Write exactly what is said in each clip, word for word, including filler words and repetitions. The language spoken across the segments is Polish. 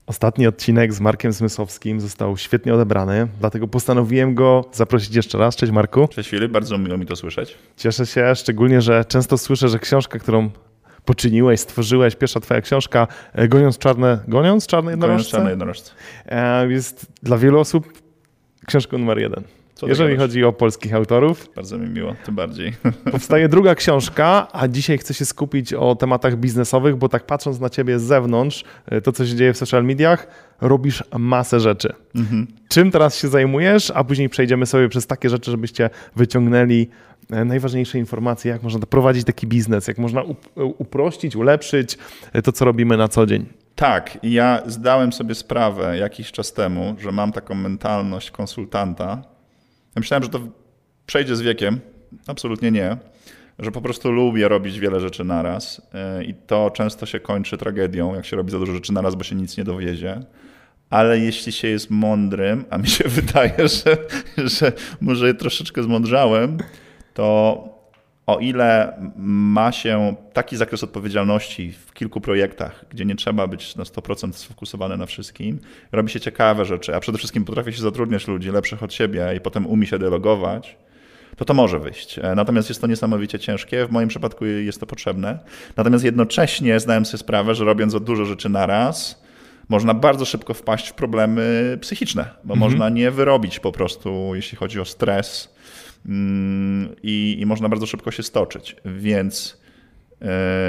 Ostatni odcinek z Markiem Zmysłowskim został świetnie odebrany, dlatego postanowiłem go zaprosić jeszcze raz. Cześć Marku. Cześć Filip, bardzo miło mi to słyszeć. Cieszę się, szczególnie, że często słyszę, że książka, którą poczyniłeś, stworzyłeś, pierwsza twoja książka, Goniąc czarne, Goniąc czarne jednorożce? Goniąc czarne jednorożce. Jest dla wielu osób książką numer jeden. Co Jeżeli chodzi o polskich autorów. Bardzo mi miło, tym bardziej. Powstaje druga książka, a dzisiaj chcę się skupić o tematach biznesowych, bo tak patrząc na ciebie z zewnątrz, to co się dzieje w social mediach, robisz masę rzeczy. Mhm. Czym teraz się zajmujesz, a później przejdziemy sobie przez takie rzeczy, żebyście wyciągnęli najważniejsze informacje, jak można prowadzić taki biznes, jak można uprościć, ulepszyć to, co robimy na co dzień. Tak, ja zdałem sobie sprawę jakiś czas temu, że mam taką mentalność konsultanta. Ja myślałem, że to przejdzie z wiekiem. Absolutnie nie. Że po prostu lubię robić wiele rzeczy naraz i to często się kończy tragedią, jak się robi za dużo rzeczy naraz, bo się nic nie dowiezie. Ale jeśli się jest mądrym, a mi się wydaje, że, że może troszeczkę zmądrzałem, to o ile ma się taki zakres odpowiedzialności w kilku projektach, gdzie nie trzeba być na sto procent sfokusowany na wszystkim, robi się ciekawe rzeczy, a przede wszystkim potrafi się zatrudniać ludzi lepszych od siebie i potem umie się delegować, to to może wyjść. Natomiast jest to niesamowicie ciężkie, w moim przypadku jest to potrzebne. Natomiast jednocześnie zdałem sobie sprawę, że robiąc za dużo rzeczy naraz, można bardzo szybko wpaść w problemy psychiczne, bo mhm. można nie wyrobić po prostu, jeśli chodzi o stres, I, i można bardzo szybko się stoczyć. Więc y,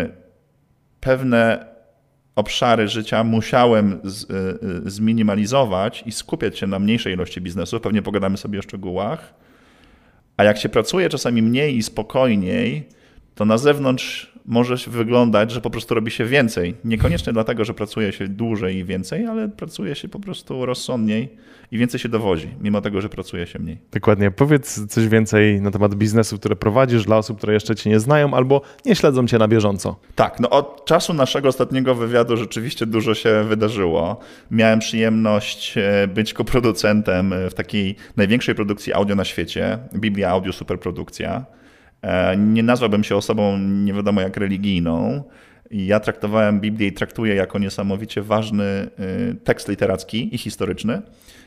pewne obszary życia musiałem z, y, zminimalizować i skupiać się na mniejszej ilości biznesu. Pewnie pogadamy sobie o szczegółach. A jak się pracuje czasami mniej i spokojniej, to na zewnątrz może wyglądać, że po prostu robi się więcej. Niekoniecznie dlatego, że pracuje się dłużej i więcej, ale pracuje się po prostu rozsądniej i więcej się dowozi, mimo tego, że pracuje się mniej. Dokładnie. Powiedz coś więcej na temat biznesu, które prowadzisz dla osób, które jeszcze cię nie znają albo nie śledzą cię na bieżąco. Tak, no od czasu naszego ostatniego wywiadu rzeczywiście dużo się wydarzyło. Miałem przyjemność być koproducentem w takiej największej produkcji audio na świecie, Biblia Audio Superprodukcja. Nie nazwałbym się osobą nie wiadomo jak religijną. Ja traktowałem Biblię i traktuję jako niesamowicie ważny tekst literacki i historyczny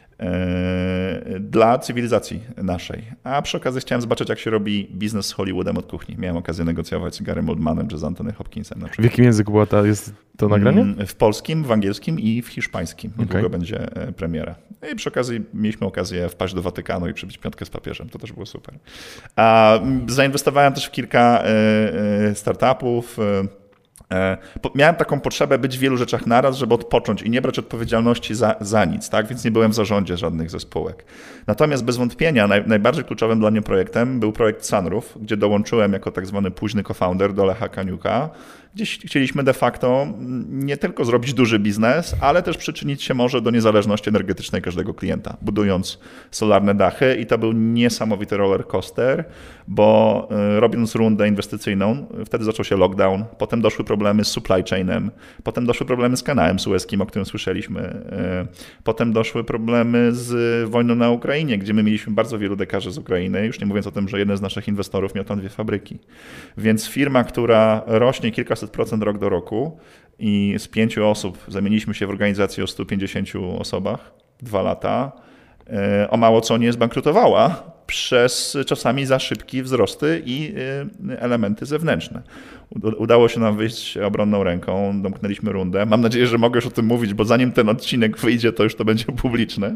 dla cywilizacji naszej. A przy okazji chciałem zobaczyć, jak się robi biznes z Hollywoodem od kuchni. Miałem okazję negocjować z Garym Oldmanem czy z Anthony Hopkinsem. Na w jakim języku było to, jest to nagranie? W polskim, w angielskim i w hiszpańskim. Niedługo Okay. będzie premiera. I przy okazji mieliśmy okazję wpaść do Watykanu i przybić piątkę z papieżem. To też było super. A zainwestowałem też w kilka startupów. Miałem taką potrzebę być w wielu rzeczach naraz, żeby odpocząć i nie brać odpowiedzialności za, za nic, tak? Więc nie byłem w zarządzie żadnych ze spółek. Natomiast bez wątpienia naj, najbardziej kluczowym dla mnie projektem był projekt Sunroof, gdzie dołączyłem jako tak zwany późny co-founder do Lecha Kaniuka, gdzie chcieliśmy de facto nie tylko zrobić duży biznes, ale też przyczynić się może do niezależności energetycznej każdego klienta, budując solarne dachy i to był niesamowity roller coaster, bo robiąc rundę inwestycyjną, wtedy zaczął się lockdown, potem doszły problemy z supply chainem, potem doszły problemy z kanałem sueskim, o którym słyszeliśmy, potem doszły problemy z wojną na Ukrainie, gdzie my mieliśmy bardzo wielu dekarzy z Ukrainy, już nie mówiąc o tym, że jeden z naszych inwestorów miał tam dwie fabryki. Więc firma, która rośnie kilkaset procent rok do roku i z pięciu osób zamieniliśmy się w organizację o stu pięćdziesięciu osobach, dwa lata, o mało co nie zbankrutowała przez czasami za szybkie wzrosty i elementy zewnętrzne. Udało się nam wyjść obronną ręką, domknęliśmy rundę. Mam nadzieję, że mogę już o tym mówić, bo zanim ten odcinek wyjdzie, to już to będzie publiczne.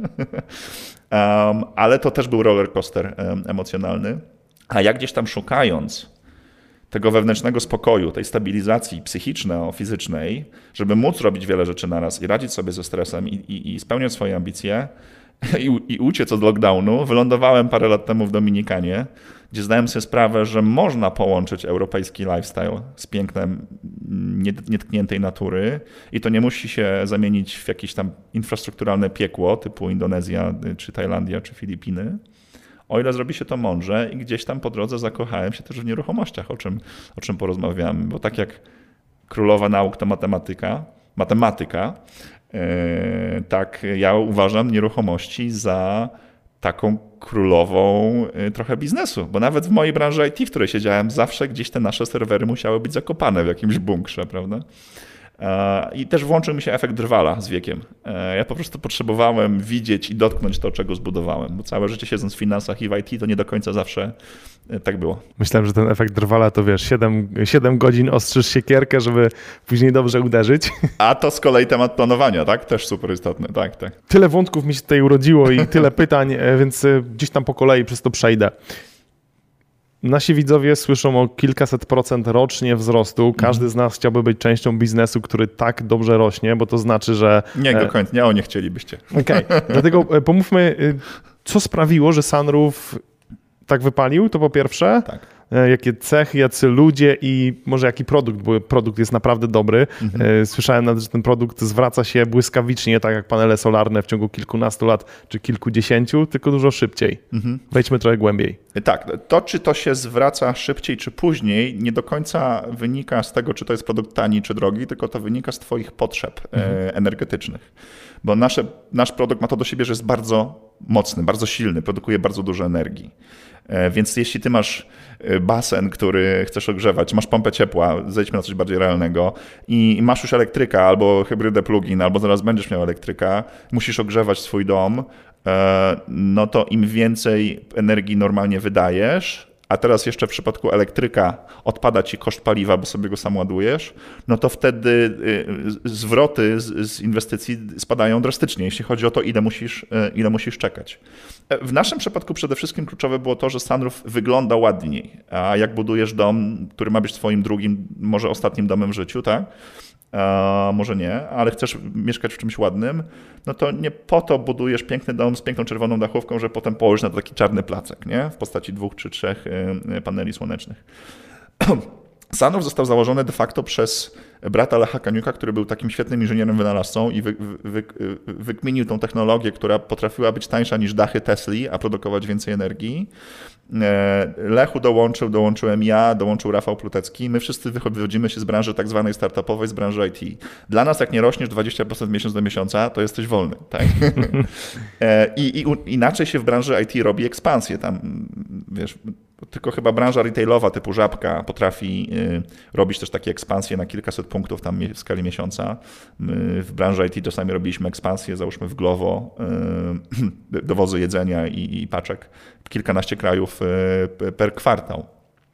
Um, ale to też był roller coaster um, emocjonalny. A ja gdzieś tam szukając tego wewnętrznego spokoju, tej stabilizacji psychiczno-fizycznej, żeby móc robić wiele rzeczy naraz i radzić sobie ze stresem i, i, i spełniać swoje ambicje i, i uciec od lockdownu, wylądowałem parę lat temu w Dominikanie, gdzie zdałem sobie sprawę, że można połączyć europejski lifestyle z pięknem nietkniętej natury i to nie musi się zamienić w jakieś tam infrastrukturalne piekło typu Indonezja, czy Tajlandia, czy Filipiny. O ile zrobi się to mądrze i gdzieś tam po drodze zakochałem się też w nieruchomościach, o czym, o czym porozmawiamy, bo tak jak królowa nauk to matematyka, matematyka, yy, tak ja uważam nieruchomości za taką królową yy, trochę biznesu, bo nawet w mojej branży I T, w której siedziałem, zawsze gdzieś te nasze serwery musiały być zakopane w jakimś bunkrze, prawda? I też włączył mi się efekt drwala z wiekiem. Ja po prostu potrzebowałem widzieć i dotknąć to, czego zbudowałem, bo całe życie siedząc w finansach i w I T to nie do końca zawsze tak było. Myślałem, że ten efekt drwala to wiesz, siedem godzin ostrzysz siekierkę, żeby później dobrze uderzyć. A to z kolei temat planowania, tak? Też super istotny, tak, tak. Tyle wątków mi się tutaj urodziło i tyle pytań, więc gdzieś tam po kolei przez to przejdę. Nasi widzowie słyszą o kilkaset procent rocznie wzrostu. Każdy z nas chciałby być częścią biznesu, który tak dobrze rośnie, bo to znaczy, że... Nie do końca, nie o nie chcielibyście. Okej, okay. Dlatego pomówmy, co sprawiło, że Sunroof tak wypalił, to po pierwsze. Tak. Jakie cechy, jacy ludzie i może jaki produkt, bo produkt jest naprawdę dobry. Mhm. Słyszałem nawet, że ten produkt zwraca się błyskawicznie, tak jak panele solarne w ciągu kilkunastu lat czy kilkudziesięciu, tylko dużo szybciej. Mhm. Wejdźmy trochę głębiej. Tak, to czy to się zwraca szybciej czy później nie do końca wynika z tego, czy to jest produkt tani czy drogi, tylko to wynika z twoich potrzeb mhm. energetycznych. Bo nasze, nasz produkt ma to do siebie, że jest bardzo mocny, bardzo silny, produkuje bardzo dużo energii. Więc jeśli ty masz basen, który chcesz ogrzewać, masz pompę ciepła, zejdźmy na coś bardziej realnego i masz już elektryka albo hybrydę plug-in, albo zaraz będziesz miał elektryka, musisz ogrzewać swój dom, no to im więcej energii normalnie wydajesz, a teraz jeszcze w przypadku elektryka odpada ci koszt paliwa, bo sobie go sam ładujesz, no to wtedy zwroty z, z inwestycji spadają drastycznie, jeśli chodzi o to, ile musisz, ile musisz czekać. W naszym przypadku przede wszystkim kluczowe było to, że Sunroof wygląda ładniej, a jak budujesz dom, który ma być twoim drugim, może ostatnim domem w życiu, tak? A może nie, ale chcesz mieszkać w czymś ładnym, no to nie po to budujesz piękny dom z piękną czerwoną dachówką, że potem położysz na to taki czarny placek, nie? W postaci dwóch czy trzech paneli słonecznych. Sunroof został założony de facto przez brata Lecha Kaniuka, który był takim świetnym inżynierem wynalazcą i wy, wy, wy, wykminił tą technologię, która potrafiła być tańsza niż dachy Tesli, a produkować więcej energii. Lechu dołączył, dołączyłem ja, dołączył Rafał Plutecki. My wszyscy wychodzimy się z branży tak zwanej startupowej, z branży I T. Dla nas jak nie rośniesz dwadzieścia procent miesiąc do miesiąca, to jesteś wolny. Tak? I, I inaczej się w branży I T robi ekspansję. Tam, wiesz, tylko chyba branża retailowa typu Żabka potrafi robić też takie ekspansje na kilkaset punktów tam w skali miesiąca. My w branży I T czasami robiliśmy ekspansję, załóżmy w Glovo, dowozy jedzenia i, i paczek, kilkanaście krajów per kwartał.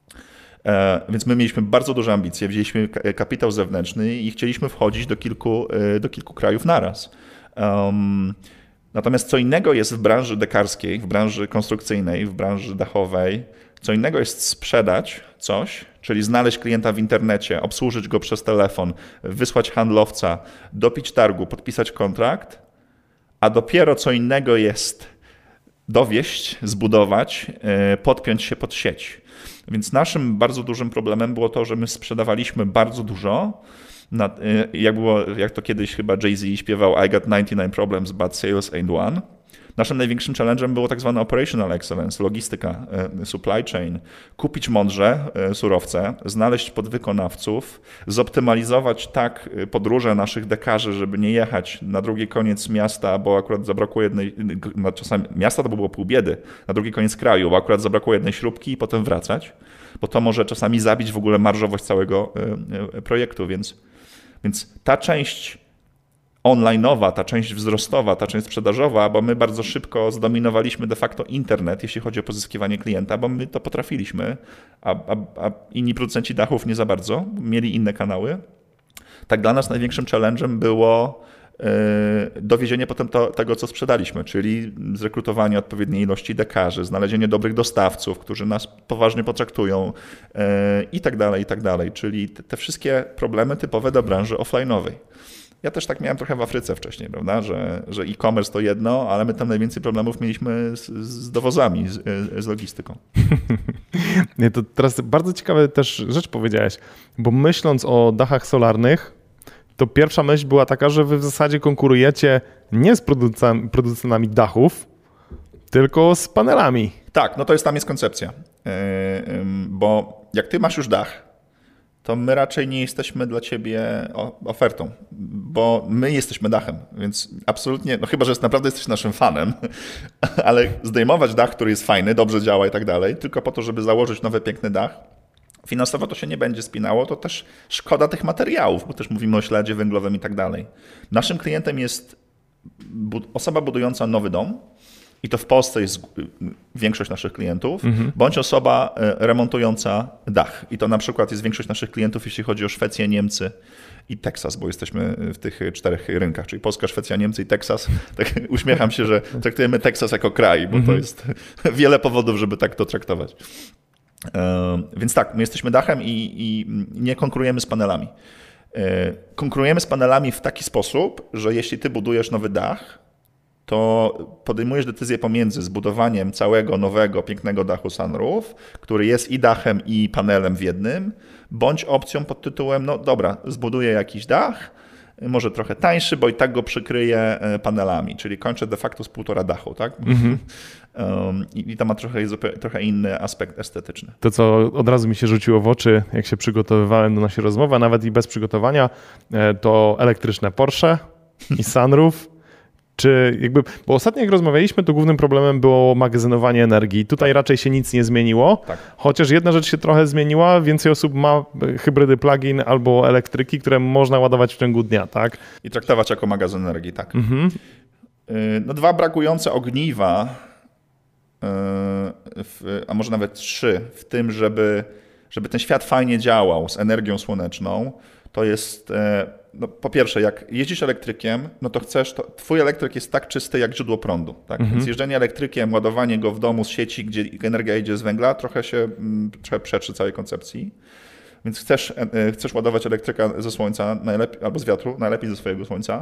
Więc my mieliśmy bardzo duże ambicje, wzięliśmy kapitał zewnętrzny i chcieliśmy wchodzić do kilku, do kilku krajów naraz. Um, natomiast co innego jest w branży dekarskiej, w branży konstrukcyjnej, w branży dachowej, co innego jest sprzedać coś, czyli znaleźć klienta w internecie, obsłużyć go przez telefon, wysłać handlowca, dopić targu, podpisać kontrakt, a dopiero co innego jest dowieść, zbudować, podpiąć się pod sieć. Więc naszym bardzo dużym problemem było to, że my sprzedawaliśmy bardzo dużo, jak, było, jak to kiedyś chyba Jay-Z śpiewał I got ninety-nine problems, but sales ain't one. Naszym największym challenge'em było tak zwane operational excellence, logistyka, supply chain. Kupić mądrze surowce, znaleźć podwykonawców, zoptymalizować tak podróże naszych dekarzy, żeby nie jechać na drugi koniec miasta, bo akurat zabrakło jednej, czasami miasta to było pół biedy, na drugi koniec kraju, bo akurat zabrakło jednej śrubki i potem wracać, bo to może czasami zabić w ogóle marżowość całego projektu, więc, więc ta część online'owa, ta część wzrostowa, ta część sprzedażowa, bo my bardzo szybko zdominowaliśmy de facto internet, jeśli chodzi o pozyskiwanie klienta, bo my to potrafiliśmy, a, a, a inni producenci dachów nie za bardzo, mieli inne kanały. Tak dla nas największym challenge'em było yy, dowiezienie potem to, tego, co sprzedaliśmy, czyli zrekrutowanie odpowiedniej ilości dekarzy, znalezienie dobrych dostawców, którzy nas poważnie potraktują yy, i tak dalej, i tak dalej. Czyli te, te wszystkie problemy typowe do branży offline'owej. Ja też tak miałem trochę w Afryce wcześniej, prawda, że, że e-commerce to jedno, ale my tam najwięcej problemów mieliśmy z, z dowozami, z, z logistyką. Nie, to teraz bardzo ciekawa też rzecz powiedziałeś, bo myśląc o dachach solarnych, to pierwsza myśl była taka, że wy w zasadzie konkurujecie nie z producentami, producentami dachów, tylko z panelami. Tak, no to jest tam jest koncepcja, yy, yy, bo jak ty masz już dach, to my raczej nie jesteśmy dla ciebie ofertą, bo my jesteśmy dachem, więc absolutnie, no chyba, że naprawdę jesteś naszym fanem, ale zdejmować dach, który jest fajny, dobrze działa i tak dalej, tylko po to, żeby założyć nowy, piękny dach, Finansowo to się nie będzie spinało, to też szkoda tych materiałów, bo też mówimy o śledzie węglowym i tak dalej. Naszym klientem jest osoba budująca nowy dom, i to w Polsce jest większość naszych klientów, mhm. bądź osoba remontująca dach. I to na przykład jest większość naszych klientów, jeśli chodzi o Szwecję, Niemcy i Teksas, bo jesteśmy w tych czterech rynkach, czyli Polska, Szwecja, Niemcy i Teksas. Tak uśmiecham się, że traktujemy Teksas jako kraj, bo mhm. to jest wiele powodów, żeby tak to traktować. Więc tak, my jesteśmy dachem i, i nie konkurujemy z panelami. Konkurujemy z panelami w taki sposób, że jeśli ty budujesz nowy dach, to podejmujesz decyzję pomiędzy zbudowaniem całego nowego, pięknego dachu sunroof, który jest i dachem, i panelem w jednym, bądź opcją pod tytułem, no dobra, zbuduję jakiś dach, może trochę tańszy, bo i tak go przykryję panelami, czyli kończę de facto z półtora dachu, tak? Mm-hmm. Um, i, I to ma trochę, trochę inny aspekt estetyczny. To, co od razu mi się rzuciło w oczy, jak się przygotowywałem do naszej rozmowy, a nawet i bez przygotowania, to elektryczne Porsche i sunroof. Czy jakby, bo ostatnio jak rozmawialiśmy, to głównym problemem było magazynowanie energii. Tutaj tak. raczej się nic nie zmieniło, tak. chociaż jedna rzecz się trochę zmieniła, więcej osób ma hybrydy plug-in albo elektryki, które można ładować w ciągu dnia, tak? I traktować jako magazyn energii, tak. Mhm. No dwa brakujące ogniwa, w, a może nawet trzy, w tym, żeby, żeby ten świat fajnie działał z energią słoneczną, to jest... No, po pierwsze, jak jeździsz elektrykiem, no to chcesz, to twój elektryk jest tak czysty jak źródło prądu. Tak? Mhm. Więc jeżdżenie elektrykiem, ładowanie go w domu z sieci, gdzie energia idzie z węgla, trochę się trochę przeczy całej koncepcji. Więc chcesz, chcesz ładować elektryka ze słońca najlepiej, albo z wiatru, najlepiej ze swojego słońca.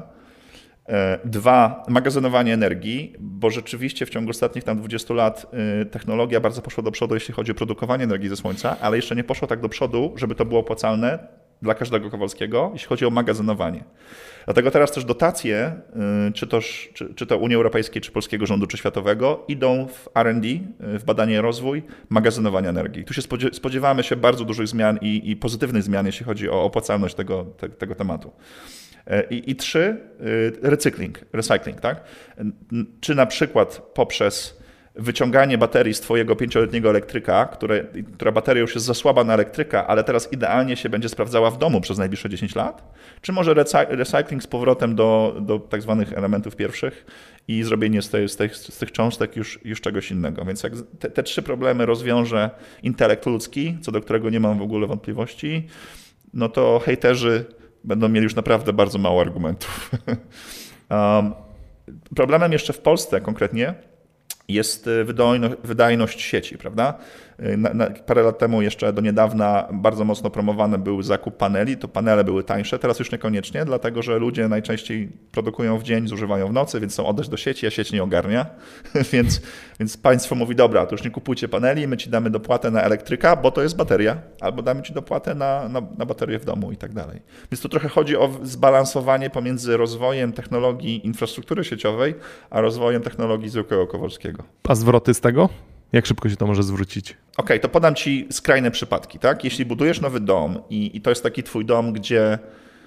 Dwa, magazynowanie energii, bo rzeczywiście w ciągu ostatnich tam dwudziestu lat technologia bardzo poszła do przodu, jeśli chodzi o produkowanie energii ze słońca, ale jeszcze nie poszło tak do przodu, żeby to było opłacalne dla każdego Kowalskiego, jeśli chodzi o magazynowanie. Dlatego teraz też dotacje, czy to, czy, czy to Unii Europejskiej, czy polskiego rządu, czy światowego, idą w R and D, w badanie i rozwój magazynowania energii. Tu się spodziewamy się bardzo dużych zmian i, i pozytywnych zmian, jeśli chodzi o opłacalność tego, te, tego tematu. I, I trzy, recykling, recycling, tak? Czy na przykład poprzez wyciąganie baterii z twojego pięcioletniego elektryka, które, która bateria już jest za słaba na elektryka, ale teraz idealnie się będzie sprawdzała w domu przez najbliższe dziesięć lat, czy może recycling z powrotem do, do tak zwanych elementów pierwszych i zrobienie z, tej, z, tych, z tych cząstek już, już czegoś innego. Więc jak te, te trzy problemy rozwiąże intelekt ludzki, co do którego nie mam w ogóle wątpliwości, no to hejterzy będą mieli już naprawdę bardzo mało argumentów. um, problemem jeszcze w Polsce konkretnie jest wydajność sieci, prawda? Na, na, parę lat temu jeszcze do niedawna bardzo mocno promowany był zakup paneli, to panele były tańsze, teraz już niekoniecznie, dlatego że ludzie najczęściej produkują w dzień, zużywają w nocy, więc chcą oddać do sieci, a sieć nie ogarnia, więc, więc państwo mówi, dobra, to już nie kupujcie paneli, my ci damy dopłatę na elektryka, bo to jest bateria, albo damy ci dopłatę na, na, na baterię w domu i tak dalej. Więc tu trochę chodzi o zbalansowanie pomiędzy rozwojem technologii infrastruktury sieciowej, a rozwojem technologii zwykłego Kowalskiego. A zwroty z tego? Jak szybko się to może zwrócić? Okej, okay, to podam ci skrajne przypadki, tak? Jeśli budujesz nowy dom i, i to jest taki twój dom, gdzie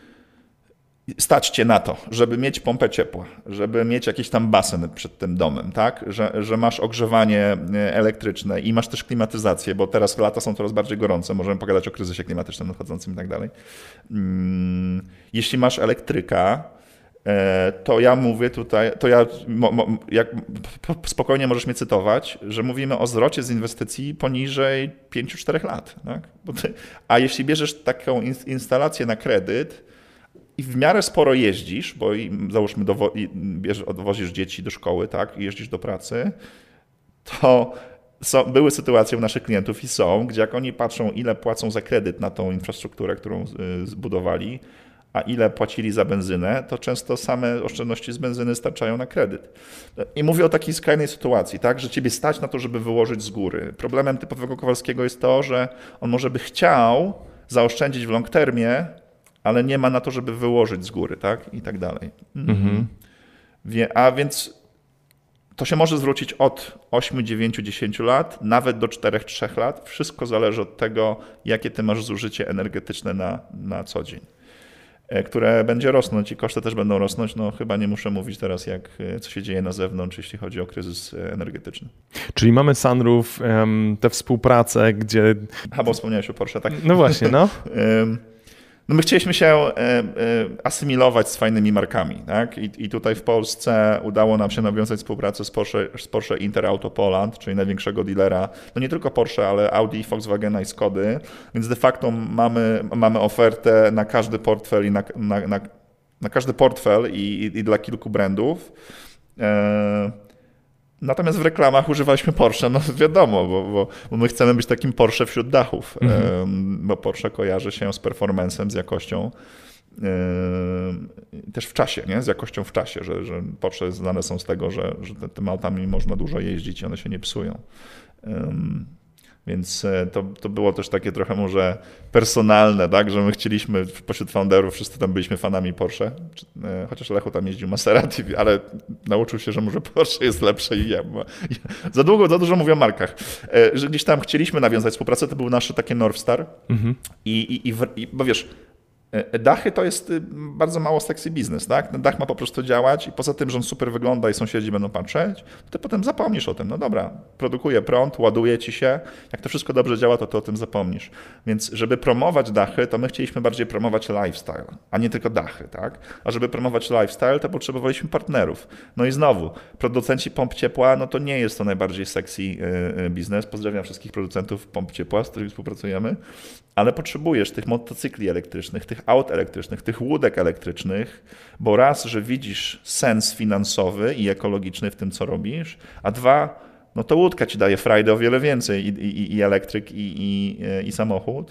stać cię na to, żeby mieć pompę ciepła, żeby mieć jakiś tam basen przed tym domem, tak? Że, że masz ogrzewanie elektryczne i masz też klimatyzację, bo teraz lata są coraz bardziej gorące, możemy pogadać o kryzysie klimatycznym nadchodzącym i tak dalej. Jeśli masz elektryka, to ja mówię tutaj, to ja mo, mo, jak, spokojnie możesz mnie cytować, że mówimy o zwrocie z inwestycji poniżej pięć do czterech lat. Tak? Ty, a jeśli bierzesz taką instalację na kredyt i w miarę sporo jeździsz, bo i, załóżmy dowo, i bierzesz, odwozisz dzieci do szkoły, tak, i jeździsz do pracy, to są, były sytuacje u naszych klientów i są, gdzie jak oni patrzą, ile płacą za kredyt na tą infrastrukturę, którą zbudowali, a ile płacili za benzynę, to często same oszczędności z benzyny starczają na kredyt. I mówię o takiej skrajnej sytuacji, tak, że ciebie stać na to, żeby wyłożyć z góry. Problemem typowego Kowalskiego jest to, że on może by chciał zaoszczędzić w long termie, ale nie ma na to, żeby wyłożyć z góry, tak, i tak dalej. Mhm. A więc to się może zwrócić od ośmiu, dziewięciu, dziesięciu lat, nawet do czterech, trzech lat. Wszystko zależy od tego, jakie ty masz zużycie energetyczne na, na co dzień. które będzie rosnąć i koszty też będą rosnąć. No chyba nie muszę mówić teraz, jak, co się dzieje na zewnątrz, jeśli chodzi o kryzys energetyczny. Czyli mamy Sunroof, um, tę współpracę, gdzie... A, bo wspomniałeś o Porsche, tak? No właśnie, no. No my chcieliśmy się asymilować z fajnymi markami, tak? I, I tutaj w Polsce udało nam się nawiązać współpracę z Porsche, z Porsche Inter Auto Poland, czyli największego dealera, no nie tylko Porsche, ale Audi, Volkswagena i Skody, więc de facto mamy, mamy ofertę na każdy portfel i na, na, na, na każdy portfel i, i dla kilku brandów. Natomiast w reklamach używaliśmy Porsche, no wiadomo, bo, bo, bo my chcemy być takim Porsche wśród dachów, mhm. bo Porsche kojarzy się z performancem, z jakością, też w czasie, nie? Z jakością w czasie, że, że Porsche znane są z tego, że, że tymi autami można dużo jeździć i one się nie psują. Więc to, to było też takie trochę może personalne, tak, że my chcieliśmy, pośród founderów wszyscy tam byliśmy fanami Porsche, chociaż Lechu tam jeździł Maserati, ale nauczył się, że może Porsche jest lepsze i ja, ja za długo, za dużo mówię o markach, że gdzieś tam chcieliśmy nawiązać współpracę, to był nasze takie North Star mhm. I, i, i, i bo wiesz, dachy to jest bardzo mało sexy biznes, tak? Ten dach ma po prostu działać i poza tym, że on super wygląda i sąsiedzi będą patrzeć, to ty potem zapomnisz o tym. No dobra, produkuje prąd, ładuje ci się. Jak to wszystko dobrze działa, to ty o tym zapomnisz. Więc żeby promować dachy, to my chcieliśmy bardziej promować lifestyle, a nie tylko dachy, tak? A żeby promować lifestyle, to potrzebowaliśmy partnerów. No i znowu, producenci pomp ciepła, no to nie jest to najbardziej sexy biznes. Pozdrawiam wszystkich producentów pomp ciepła, z którymi współpracujemy, ale potrzebujesz tych motocykli elektrycznych, tych aut elektrycznych, tych łódek elektrycznych, bo raz, że widzisz sens finansowy i ekologiczny w tym, co robisz, a dwa, no to łódka ci daje frajdę o wiele więcej i, i, i elektryk, i, i, i samochód,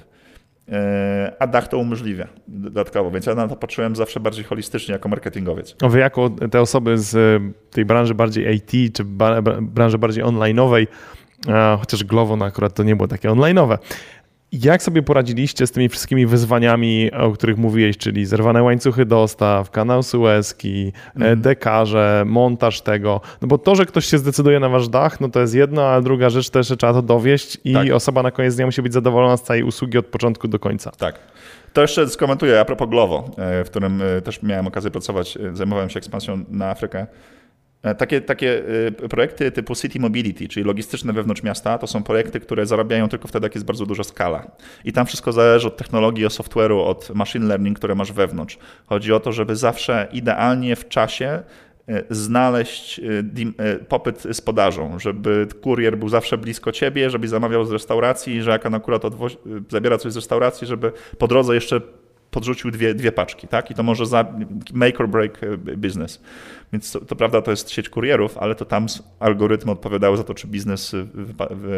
a dach to umożliwia dodatkowo, więc ja na to patrzyłem zawsze bardziej holistycznie jako marketingowiec. A wy jako te osoby z tej branży bardziej I T, czy branży bardziej online'owej, chociaż Glovo akurat to nie było takie online'owe, jak sobie poradziliście z tymi wszystkimi wyzwaniami, o których mówiłeś, czyli zerwane łańcuchy dostaw, kanał Suezki, mm. dekarze, montaż tego? No bo to, że ktoś się zdecyduje na wasz dach, no to jest jedno, a druga rzecz też, że trzeba to dowieść i tak. Osoba na koniec dnia musi być zadowolona z całej usługi od początku do końca. Tak. To jeszcze skomentuję a propos Glovo, w którym też miałem okazję pracować, zajmowałem się ekspansją na Afrykę. Takie, takie projekty typu City Mobility, czyli logistyczne wewnątrz miasta, to są projekty, które zarabiają tylko wtedy, jak jest bardzo duża skala. I tam wszystko zależy od technologii, od software'u, od machine learning, które masz wewnątrz. Chodzi o to, żeby zawsze idealnie w czasie znaleźć popyt z podażą, żeby kurier był zawsze blisko ciebie, żebyś zamawiał z restauracji, że jak on akurat odwozi, zabiera coś z restauracji, żeby po drodze jeszcze podrzucił dwie, dwie paczki, tak? I to może za make or break business. Więc to, to prawda, to jest sieć kurierów, ale to tam algorytmy odpowiadały za to, czy biznes w,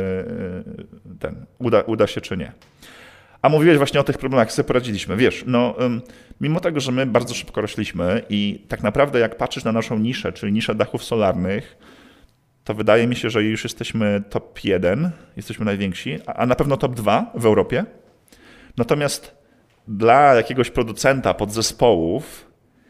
w, ten, uda, uda się, czy nie. A mówiłeś właśnie o tych problemach, jak sobie poradziliśmy. Wiesz, no, mimo tego, że my bardzo szybko rośliśmy i tak naprawdę jak patrzysz na naszą niszę, czyli niszę dachów solarnych, to wydaje mi się, że już jesteśmy top jeden, jesteśmy najwięksi, a na pewno top dwa w Europie. Natomiast dla jakiegoś producenta podzespołów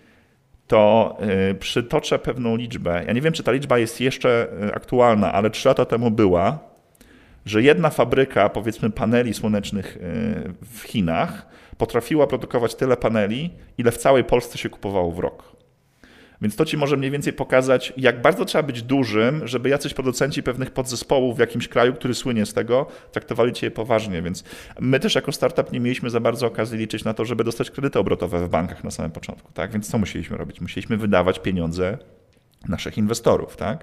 to przytoczę pewną liczbę. Ja nie wiem, czy ta liczba jest jeszcze aktualna, ale trzy lata temu była, że jedna fabryka, powiedzmy, paneli słonecznych w Chinach potrafiła produkować tyle paneli, ile w całej Polsce się kupowało w rok. Więc to ci może mniej więcej pokazać, jak bardzo trzeba być dużym, żeby jacyś producenci pewnych podzespołów w jakimś kraju, który słynie z tego, traktowali cię poważnie. Więc my też jako startup nie mieliśmy za bardzo okazji liczyć na to, żeby dostać kredyty obrotowe w bankach na samym początku. Tak? Więc co musieliśmy robić? Musieliśmy wydawać pieniądze naszych inwestorów. Tak?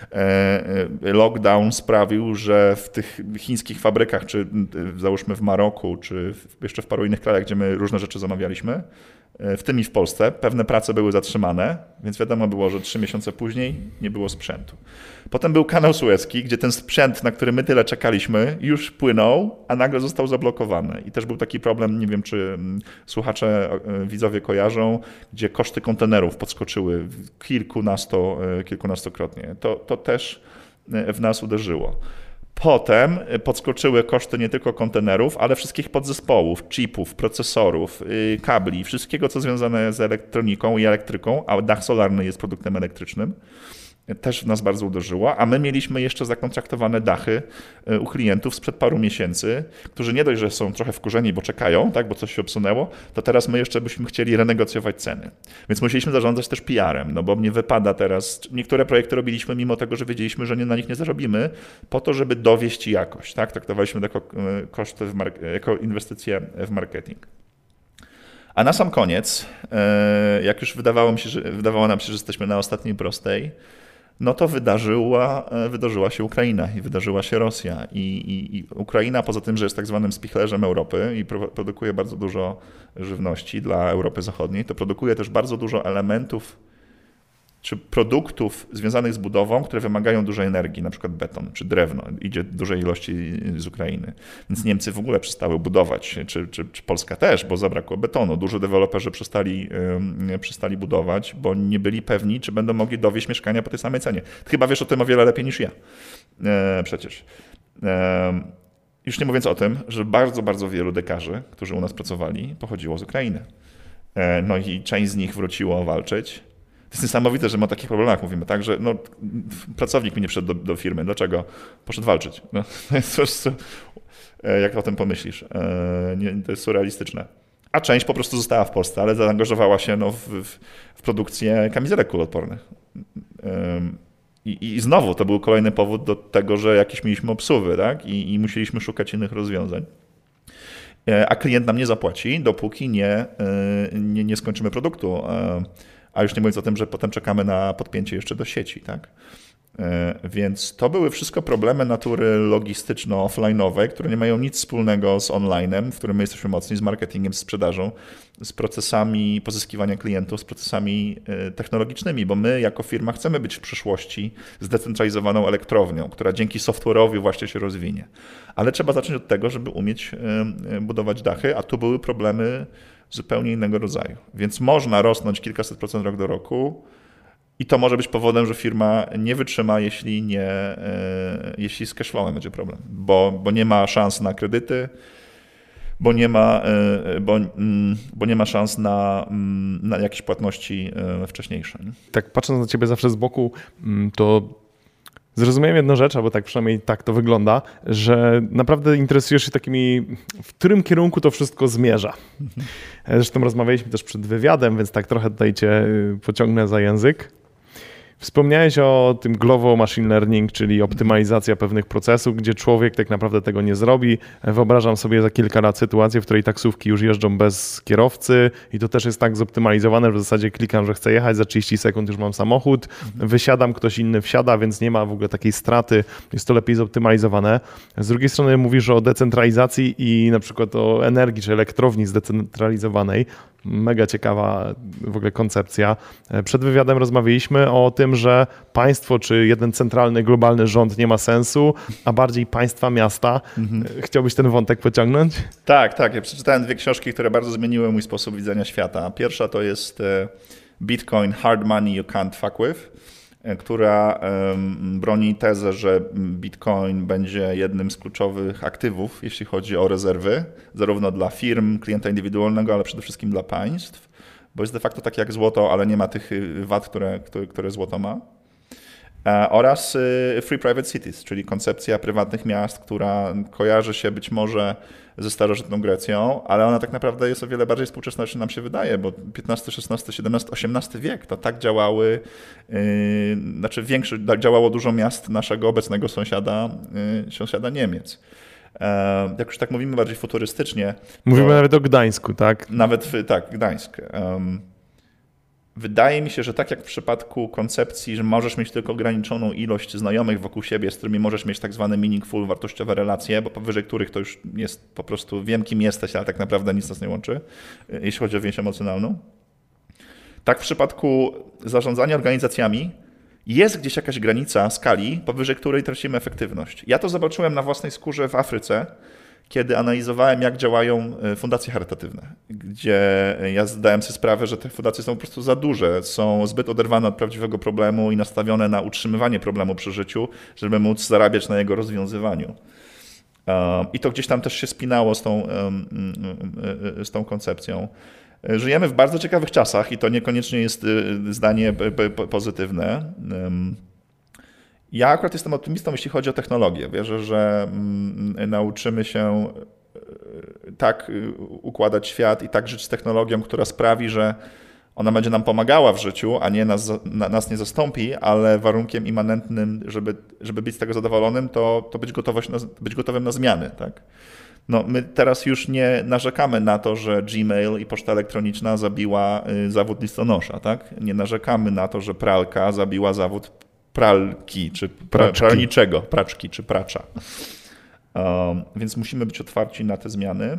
Lockdown sprawił, że w tych chińskich fabrykach, czy załóżmy w Maroku, czy jeszcze w paru innych krajach, gdzie my różne rzeczy zamawialiśmy, w tym i w Polsce, pewne prace były zatrzymane, więc wiadomo było, że trzy miesiące później nie było sprzętu. Potem był kanał Suezki, gdzie ten sprzęt, na który my tyle czekaliśmy, już płynął, a nagle został zablokowany. I też był taki problem, nie wiem, czy słuchacze, widzowie kojarzą, gdzie koszty kontenerów podskoczyły kilkunasto, kilkunastokrotnie. To, to też w nas uderzyło. Potem podskoczyły koszty nie tylko kontenerów, ale wszystkich podzespołów, chipów, procesorów, kabli, wszystkiego, co związane z elektroniką i elektryką, a dach solarny jest produktem elektrycznym. też w nas bardzo uderzyło, a my mieliśmy jeszcze zakontraktowane dachy u klientów sprzed paru miesięcy, którzy nie dość, że są trochę wkurzeni, bo czekają, tak, bo coś się obsunęło, to teraz my jeszcze byśmy chcieli renegocjować ceny. Więc musieliśmy zarządzać też P R-em, no bo nie wypada teraz, niektóre projekty robiliśmy mimo tego, że wiedzieliśmy, że nie, na nich nie zarobimy, po to, żeby dowieść jakość, tak, traktowaliśmy to jako koszty, w mark- jako inwestycje w marketing. A na sam koniec, jak już wydawało, mi się, że, wydawało nam się, że jesteśmy na ostatniej prostej, no to wydarzyła, wydarzyła się Ukraina i wydarzyła się Rosja. I, i, I Ukraina, poza tym, że jest tak zwanym spichlerzem Europy i pro, produkuje bardzo dużo żywności dla Europy Zachodniej, to produkuje też bardzo dużo elementów czy produktów związanych z budową, które wymagają dużej energii, na przykład beton czy drewno, idzie dużej ilości z Ukrainy. Więc Niemcy w ogóle przestały budować, czy, czy, czy Polska też, bo zabrakło betonu. Dużo deweloperzy przestali, yy, przestali budować, bo nie byli pewni, czy będą mogli dowieść mieszkania po tej samej cenie. Ty chyba wiesz o tym o wiele lepiej niż ja. Yy, przecież. Yy, już nie mówiąc o tym, że bardzo, bardzo wielu dekarzy, którzy u nas pracowali, pochodziło z Ukrainy. Yy, no i część z nich wróciło walczyć. To jest niesamowite, że ma o takich problemach mówimy, tak, że no, pracownik mi nie przyszedł do, do firmy. Dlaczego? Poszedł walczyć. No, to jest coś, co, jak o tym pomyślisz, nie, to jest surrealistyczne. A część po prostu została w Polsce, ale zaangażowała się no, w, w, w produkcję kamizelek kuloodpornych. I, I znowu to był kolejny powód do tego, że jakieś mieliśmy obsuwy, tak, i, i musieliśmy szukać innych rozwiązań. A klient nam nie zapłaci, dopóki nie, nie, nie skończymy produktu. A już nie mówiąc o tym, że potem czekamy na podpięcie jeszcze do sieci, tak? Więc to były wszystko problemy natury logistyczno-offline'owej, które nie mają nic wspólnego z online'em, w którym my jesteśmy mocni, z marketingiem, z sprzedażą, z procesami pozyskiwania klientów, z procesami technologicznymi, bo my jako firma chcemy być w przyszłości zdecentralizowaną elektrownią, która dzięki software'owi właśnie się rozwinie. Ale trzeba zacząć od tego, żeby umieć budować dachy, a tu były problemy zupełnie innego rodzaju. Więc można rosnąć kilkaset procent rok do roku i to może być powodem, że firma nie wytrzyma, jeśli nie, e, jeśli z cashflowem będzie problem, bo, bo nie ma szans na kredyty, bo nie ma, e, bo, mm, bo nie ma szans na, mm, na jakieś płatności e, wcześniejsze. Nie? Tak patrząc na ciebie zawsze z boku, to zrozumiałem jedną rzecz, albo tak przynajmniej tak to wygląda, że naprawdę interesujesz się takimi, w którym kierunku to wszystko zmierza. Mhm. Zresztą rozmawialiśmy też przed wywiadem, więc tak trochę tutaj cię pociągnę za język. Wspomniałeś o tym Global Machine Learning, czyli optymalizacja pewnych procesów, gdzie człowiek tak naprawdę tego nie zrobi. Wyobrażam sobie za kilka lat sytuację, w której taksówki już jeżdżą bez kierowcy i to też jest tak zoptymalizowane, że w zasadzie klikam, że chcę jechać, za trzydzieści sekund już mam samochód, wysiadam, ktoś inny wsiada, więc nie ma w ogóle takiej straty, jest to lepiej zoptymalizowane. Z drugiej strony mówisz o decentralizacji i na przykład o energii, czy elektrowni zdecentralizowanej. Mega ciekawa w ogóle koncepcja. Przed wywiadem rozmawialiśmy o tym, że państwo czy jeden centralny, globalny rząd nie ma sensu, a bardziej państwa, miasta. Mhm. Chciałbyś ten wątek pociągnąć? Tak, tak. Ja przeczytałem dwie książki, które bardzo zmieniły mój sposób widzenia świata. Pierwsza to jest Bitcoin, Hard Money You Can't Fuck With, która broni tezę, że Bitcoin będzie jednym z kluczowych aktywów, jeśli chodzi o rezerwy, zarówno dla firm, klienta indywidualnego, ale przede wszystkim dla państw, bo jest de facto tak jak złoto, ale nie ma tych wad, które, które, które złoto ma. Oraz Free Private Cities, czyli koncepcja prywatnych miast, która kojarzy się być może ze starożytną Grecją, ale ona tak naprawdę jest o wiele bardziej współczesna, niż nam się wydaje, bo piętnasty, szesnasty, siedemnasty, osiemnasty wiek to tak działały, yy, znaczy większość, działało dużo miast naszego obecnego sąsiada, yy, sąsiada Niemiec. Jak już tak mówimy bardziej futurystycznie. Mówimy nawet o Gdańsku, tak? Nawet, tak, Gdańsk. Wydaje mi się, że tak jak w przypadku koncepcji, że możesz mieć tylko ograniczoną ilość znajomych wokół siebie, z którymi możesz mieć tak zwane meaningful, wartościowe relacje, bo powyżej których to już jest po prostu wiem, kim jesteś, ale tak naprawdę nic nas nie łączy, jeśli chodzi o więź emocjonalną. Tak w przypadku zarządzania organizacjami jest gdzieś jakaś granica skali, powyżej której tracimy efektywność. Ja to zobaczyłem na własnej skórze w Afryce, kiedy analizowałem, jak działają fundacje charytatywne, gdzie ja zdałem sobie sprawę, że te fundacje są po prostu za duże, są zbyt oderwane od prawdziwego problemu i nastawione na utrzymywanie problemu przy życiu, żeby móc zarabiać na jego rozwiązywaniu. I to gdzieś tam też się spinało z tą, z tą koncepcją. Żyjemy w bardzo ciekawych czasach i to niekoniecznie jest zdanie pozytywne. Ja akurat jestem optymistą, jeśli chodzi o technologię. Wierzę, że mm, nauczymy się tak układać świat i tak żyć z technologią, która sprawi, że ona będzie nam pomagała w życiu, a nie nas, na, nas nie zastąpi, ale warunkiem immanentnym, żeby, żeby być z tego zadowolonym, to, to być, gotowość na, być gotowym na zmiany. Tak? No, my teraz już nie narzekamy na to, że Gmail i poczta elektroniczna zabiła y, zawód listonosza. Tak? Nie narzekamy na to, że pralka zabiła zawód pralki, czy pra, pralniczego, praczki, czy pracza. Um, więc musimy być otwarci na te zmiany.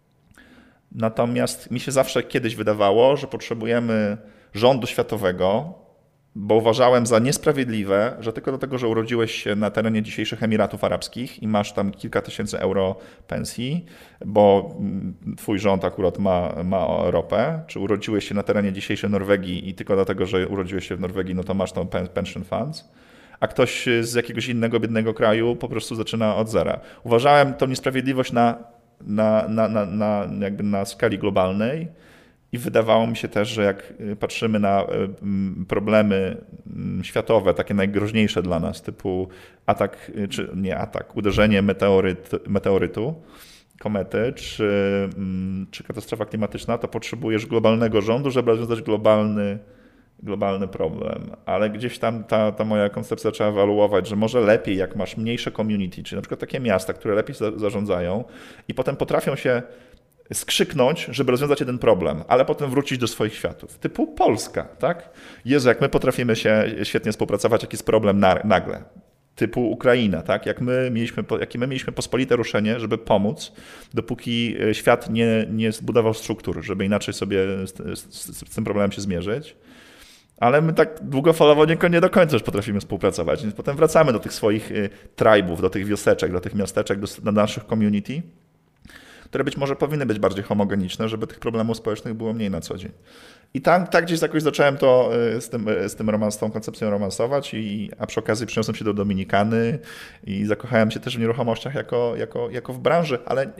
Natomiast mi się zawsze kiedyś wydawało, że potrzebujemy rządu światowego, bo uważałem za niesprawiedliwe, że tylko dlatego, że urodziłeś się na terenie dzisiejszych Emiratów Arabskich i masz tam kilka tysięcy euro pensji, bo twój rząd akurat ma, ma ropę, czy urodziłeś się na terenie dzisiejszej Norwegii i tylko dlatego, że urodziłeś się w Norwegii, no to masz tam pension funds, a ktoś z jakiegoś innego biednego kraju po prostu zaczyna od zera. Uważałem tą niesprawiedliwość na, na, na, na, na, jakby na skali globalnej i wydawało mi się też, że jak patrzymy na problemy światowe, takie najgroźniejsze dla nas, typu atak, czy nie atak, uderzenie meteoryt, meteorytu, komety, czy, czy katastrofa klimatyczna, to potrzebujesz globalnego rządu, żeby rozwiązać globalny globalny problem, ale gdzieś tam ta, ta moja koncepcja zaczęła ewaluować, że może lepiej, jak masz mniejsze community, czyli na przykład takie miasta, które lepiej za, zarządzają i potem potrafią się skrzyknąć, żeby rozwiązać jeden problem, ale potem wrócić do swoich światów. Typu Polska, tak? Jezu, jak my potrafimy się świetnie współpracować, jaki jest problem na, nagle. Typu Ukraina, tak? Jak my mieliśmy, jakie my mieliśmy pospolite ruszenie, żeby pomóc, dopóki świat nie, nie zbudował struktur, żeby inaczej sobie z, z, z tym problemem się zmierzyć. Ale my tak długofalowo nie, nie do końca już potrafimy współpracować. Więc potem wracamy do tych swoich tribów, do tych wioseczek, do tych miasteczek, do, do naszych community, które być może powinny być bardziej homogeniczne, żeby tych problemów społecznych było mniej na co dzień. I tam, tak gdzieś jakoś zacząłem to z, tym, z, tym romans, z tą koncepcją romansować, i, a przy okazji przyniosłem się do Dominikany i zakochałem się też w nieruchomościach jako, jako, jako w branży, ale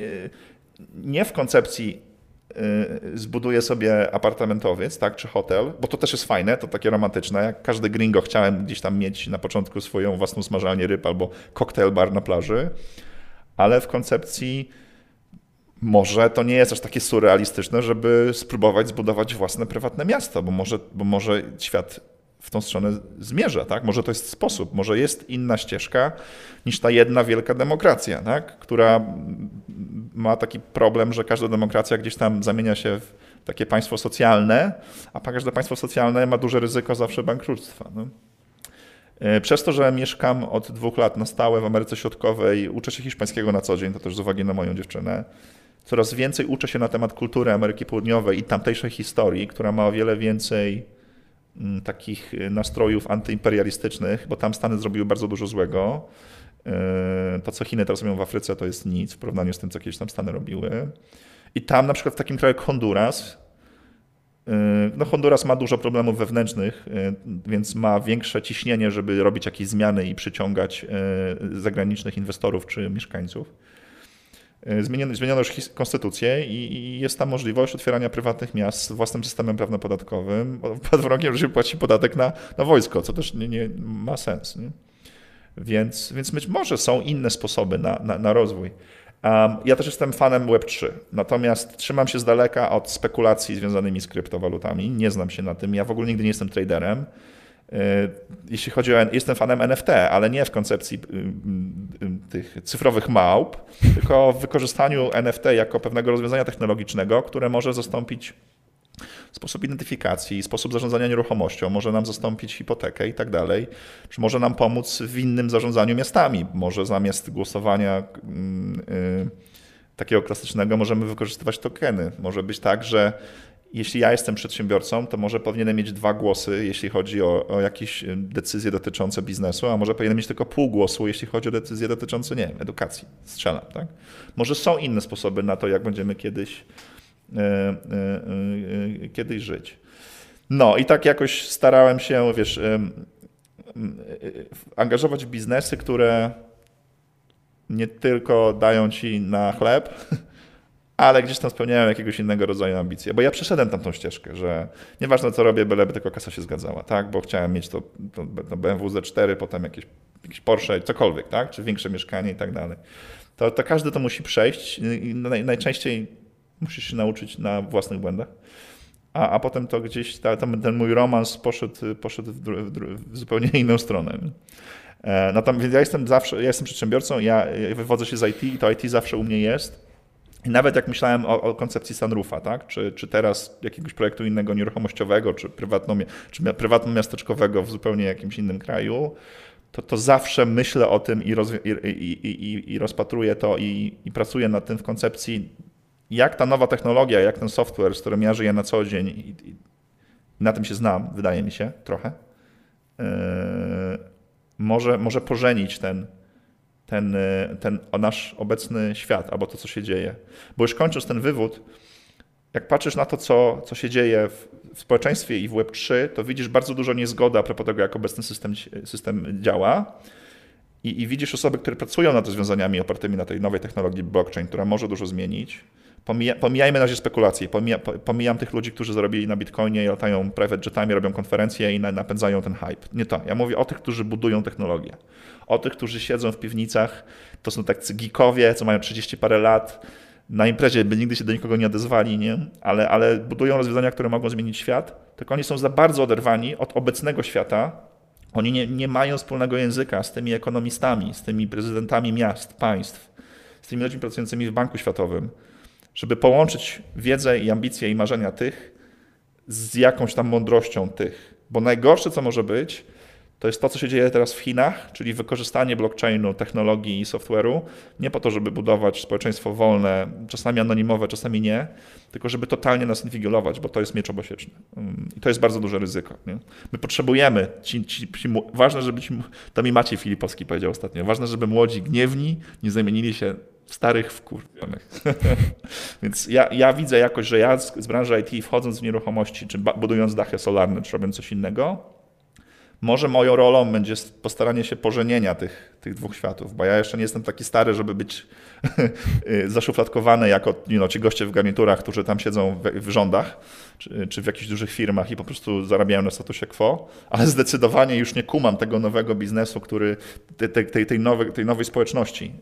nie w koncepcji zbuduję sobie apartamentowiec, tak, czy hotel, bo to też jest fajne, to takie romantyczne. Jak każdy gringo chciałem gdzieś tam mieć na początku swoją własną smażalnię ryb albo koktajl bar na plaży, ale w koncepcji może to nie jest aż takie surrealistyczne, żeby spróbować zbudować własne prywatne miasto, bo może, bo może świat w tą stronę zmierza, tak? Może to jest sposób, może jest inna ścieżka niż ta jedna wielka demokracja, tak? Która ma taki problem, że każda demokracja gdzieś tam zamienia się w takie państwo socjalne, a każde państwo socjalne ma duże ryzyko zawsze bankructwa. No. Przez to, że mieszkam od dwóch lat na stałe w Ameryce Środkowej, uczę się hiszpańskiego na co dzień, to też z uwagi na moją dziewczynę, coraz więcej uczę się na temat kultury Ameryki Południowej i tamtejszej historii, która ma o wiele więcej takich nastrojów antyimperialistycznych, bo tam Stany zrobiły bardzo dużo złego. To, co Chiny teraz robią w Afryce, to jest nic w porównaniu z tym, co kiedyś tam Stany robiły. I tam na przykład w takim kraju jak Honduras, no Honduras ma dużo problemów wewnętrznych, więc ma większe ciśnienie, żeby robić jakieś zmiany i przyciągać zagranicznych inwestorów czy mieszkańców. Zmieniono, zmieniono już konstytucję i jest tam możliwość otwierania prywatnych miast z własnym systemem prawno-podatkowym, pod warunkiem, że się płaci podatek na, na wojsko, co też nie, nie ma sens. Nie? Więc, więc być może są inne sposoby na, na, na rozwój. Um, ja też jestem fanem web trzy, natomiast trzymam się z daleka od spekulacji związanymi z kryptowalutami. Nie znam się na tym. Ja w ogóle nigdy nie jestem traderem. Jeśli chodzi o... Jestem fanem N F T, ale nie w koncepcji tych cyfrowych małp, tylko w wykorzystaniu N F T jako pewnego rozwiązania technologicznego, które może zastąpić sposób identyfikacji, sposób zarządzania nieruchomością, może nam zastąpić hipotekę i tak dalej, czy może nam pomóc w innym zarządzaniu miastami. Może zamiast głosowania yy, takiego klasycznego możemy wykorzystywać tokeny. Może być tak, że jeśli ja jestem przedsiębiorcą, to może powinienem mieć dwa głosy, jeśli chodzi o, o jakieś decyzje dotyczące biznesu, a może powinienem mieć tylko pół głosu, jeśli chodzi o decyzje dotyczące, nie wiem, edukacji. Strzelam, tak? Może są inne sposoby na to, jak będziemy kiedyś, yy, yy, yy, kiedyś żyć. No i tak jakoś starałem się, wiesz, yy, yy, angażować w biznesy, które nie tylko dają ci na chleb, ale gdzieś tam spełniają jakiegoś innego rodzaju ambicje. Bo ja przeszedłem tam tą ścieżkę, że nieważne co robię, byleby tylko kasa się zgadzała, tak? Bo chciałem mieć to, to, to B M W Z cztery, potem jakieś jakiś Porsche, cokolwiek, tak? Czy większe mieszkanie i tak dalej. To, to każdy to musi przejść i naj, najczęściej musisz się nauczyć na własnych błędach. A, a potem to gdzieś, ta, ten, ten mój romans poszedł, poszedł w, dru, w, dru, w zupełnie inną stronę. E, no tam, więc ja jestem zawsze, ja jestem przedsiębiorcą, ja, ja wywodzę się z I T i to I T zawsze u mnie jest. I nawet jak myślałem o, o koncepcji sunroofa, tak? czy, czy teraz jakiegoś projektu innego nieruchomościowego, czy, prywatno, czy prywatno-miasteczkowego w zupełnie jakimś innym kraju, to, to zawsze myślę o tym i, rozwi- i, i, i, i rozpatruję to i, i pracuję nad tym w koncepcji, jak ta nowa technologia, jak ten software, z którym ja żyję na co dzień i, i na tym się znam, wydaje mi się trochę, yy, może, może pożenić ten, ten, ten nasz obecny świat albo to, co się dzieje. Bo już kończąc ten wywód, jak patrzysz na to, co, co się dzieje w, w społeczeństwie i w Web trzy, to widzisz bardzo dużo niezgody a propos tego, jak obecny system, system działa. I, I widzisz osoby, które pracują nad rozwiązaniami opartymi na tej nowej technologii blockchain, która może dużo zmienić. Pomija, pomijajmy na razie spekulacje. Pomija, pomijam tych ludzi, którzy zarobili na Bitcoinie i latają private jetami, robią konferencje i na, napędzają ten hype. Nie to. Ja mówię o tych, którzy budują technologię. O tych, którzy siedzą w piwnicach. To są tacy geekowie, co mają trzydzieści parę lat. Na imprezie by nigdy się do nikogo nie odezwali, nie? Ale, ale budują rozwiązania, które mogą zmienić świat. Tylko oni są za bardzo oderwani od obecnego świata. Oni nie, nie mają wspólnego języka z tymi ekonomistami, z tymi prezydentami miast, państw, z tymi ludźmi pracującymi w Banku Światowym, żeby połączyć wiedzę i ambicje i marzenia tych z jakąś tam mądrością tych. Bo najgorsze, co może być, to jest to, co się dzieje teraz w Chinach, czyli wykorzystanie blockchainu, technologii i software'u, nie po to, żeby budować społeczeństwo wolne, czasami anonimowe, czasami nie, tylko żeby totalnie nas inwigilować, bo to jest miecz obosieczny. I to jest bardzo duże ryzyko. Nie? My potrzebujemy, ci, ci, ci, ważne, żeby ci, to mi Maciej Filipowski powiedział ostatnio, ważne, żeby młodzi gniewni nie zamienili się w starych wkurwionych. Więc ja, ja widzę jakoś, że ja z, z branży I T wchodząc w nieruchomości, czy budując dachy solarne, czy robiąc coś innego, może moją rolą będzie postaranie się pożenienia tych, tych dwóch światów, bo ja jeszcze nie jestem taki stary, żeby być zaszufladkowany jako you know, ci goście w garniturach, którzy tam siedzą w, w rządach, czy, czy w jakichś dużych firmach i po prostu zarabiają na statusie quo, ale zdecydowanie już nie kumam tego nowego biznesu, który tej, tej, tej, nowej, tej nowej społeczności.